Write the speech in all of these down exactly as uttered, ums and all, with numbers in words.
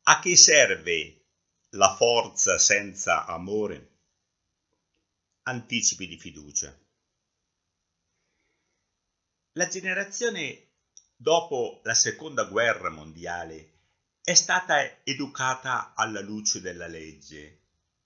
A che serve la forza senza amore? Anticipi di fiducia. La generazione dopo la seconda guerra mondiale è stata educata alla luce della legge.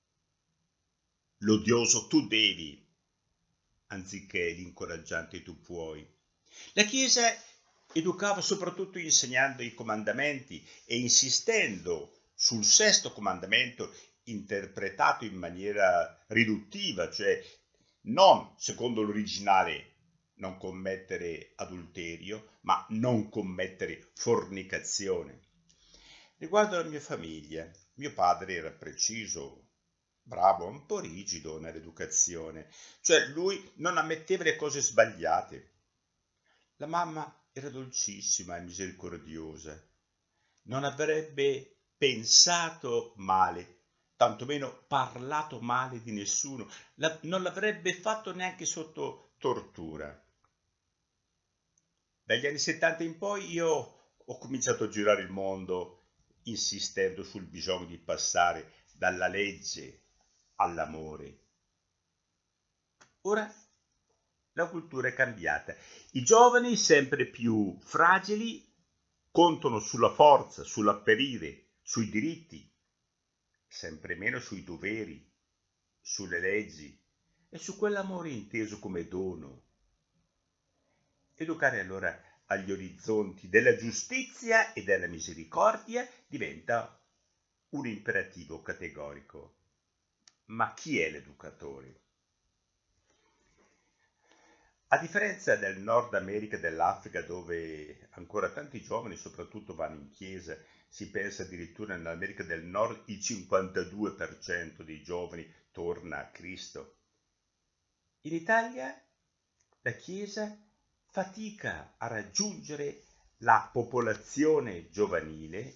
L'odioso tu devi, anziché l'incoraggiante tu puoi. La Chiesa educava soprattutto insegnando i comandamenti e insistendo sul sesto comandamento interpretato in maniera riduttiva, cioè non secondo l'originale non commettere adulterio, ma non commettere fornicazione. Riguardo alla mia famiglia, mio padre era preciso, bravo, un po' rigido nell'educazione, cioè lui non ammetteva le cose sbagliate. La mamma era dolcissima e misericordiosa, non avrebbe pensato male, tantomeno parlato male di nessuno, la, non l'avrebbe fatto neanche sotto tortura. Dagli anni settanta in poi io ho cominciato a girare il mondo insistendo sul bisogno di passare dalla legge all'amore. Ora la cultura è cambiata. I giovani, sempre più fragili, contano sulla forza, sull'apperire, sui diritti, sempre meno sui doveri, sulle leggi e su quell'amore inteso come dono. Educare allora agli orizzonti della giustizia e della misericordia diventa un imperativo categorico. Ma chi è l'educatore? A differenza del Nord America e dell'Africa, dove ancora tanti giovani soprattutto vanno in chiesa, si pensa addirittura nell'America del Nord il cinquantadue per cento dei giovani torna a Cristo. In Italia la Chiesa fatica a raggiungere la popolazione giovanile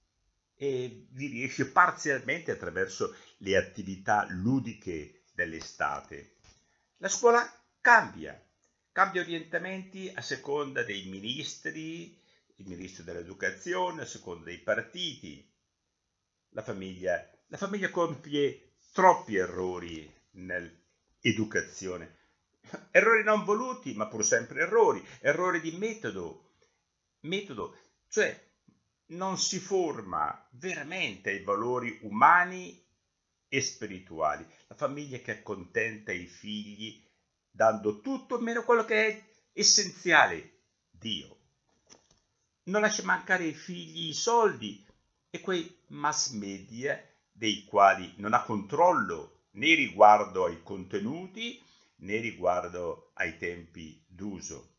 e vi riesce parzialmente attraverso le attività ludiche dell'estate. La scuola cambia, cambia orientamenti a seconda dei ministri, il ministro dell'educazione, a seconda dei partiti. La famiglia, la famiglia compie troppi errori nell'educazione. Errori non voluti, ma pur sempre errori, errori di metodo, metodo, cioè non si forma veramente i valori umani e spirituali. La famiglia che accontenta i figli dando tutto meno quello che è essenziale, Dio. Non lascia mancare ai figli i soldi e quei mass media dei quali non ha controllo né riguardo ai contenuti né riguardo ai tempi d'uso.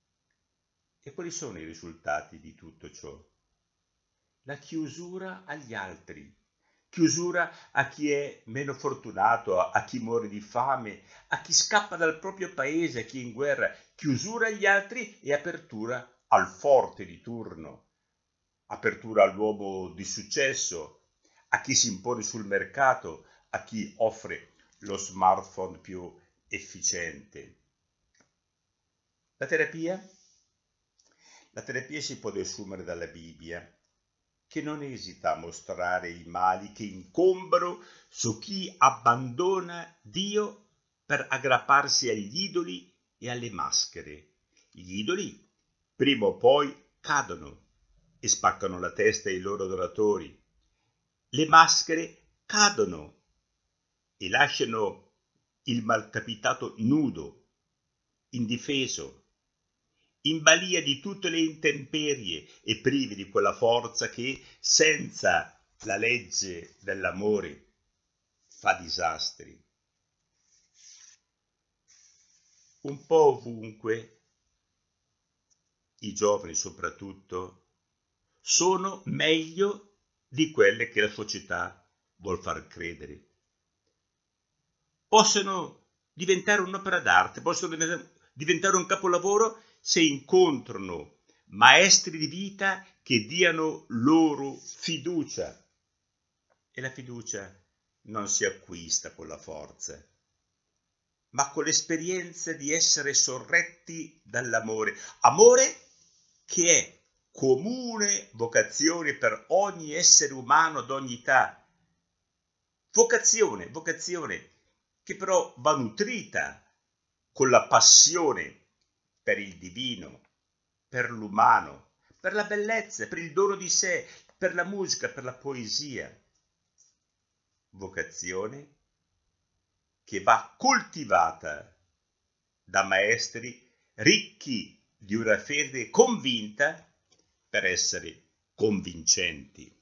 E quali sono i risultati di tutto ciò? La chiusura agli altri, chiusura a chi è meno fortunato, a chi muore di fame, a chi scappa dal proprio paese, a chi è in guerra, chiusura agli altri e apertura al forte di turno, apertura all'uomo di successo, a chi si impone sul mercato, a chi offre lo smartphone più efficiente. La terapia? La terapia si può desumere dalla Bibbia, che non esita a mostrare i mali che incombono su chi abbandona Dio per aggrapparsi agli idoli e alle maschere. Gli idoli prima o poi cadono e spaccano la testa ai loro adoratori. Le maschere cadono e lasciano il malcapitato nudo, indifeso, in balia di tutte le intemperie e privi di quella forza che, senza la legge dell'amore, fa disastri. Un po' ovunque, i giovani soprattutto, sono meglio di quelle che la società vuol far credere. Possono diventare un'opera d'arte, possono diventare un capolavoro se incontrano maestri di vita che diano loro fiducia. E la fiducia non si acquista con la forza, ma con l'esperienza di essere sorretti dall'amore. Amore che è comune vocazione per ogni essere umano d'ogni età. Vocazione, vocazione che però va nutrita con la passione per il divino, per l'umano, per la bellezza, per il dono di sé, per la musica, per la poesia. Vocazione che va coltivata da maestri ricchi di una fede convinta per essere convincenti.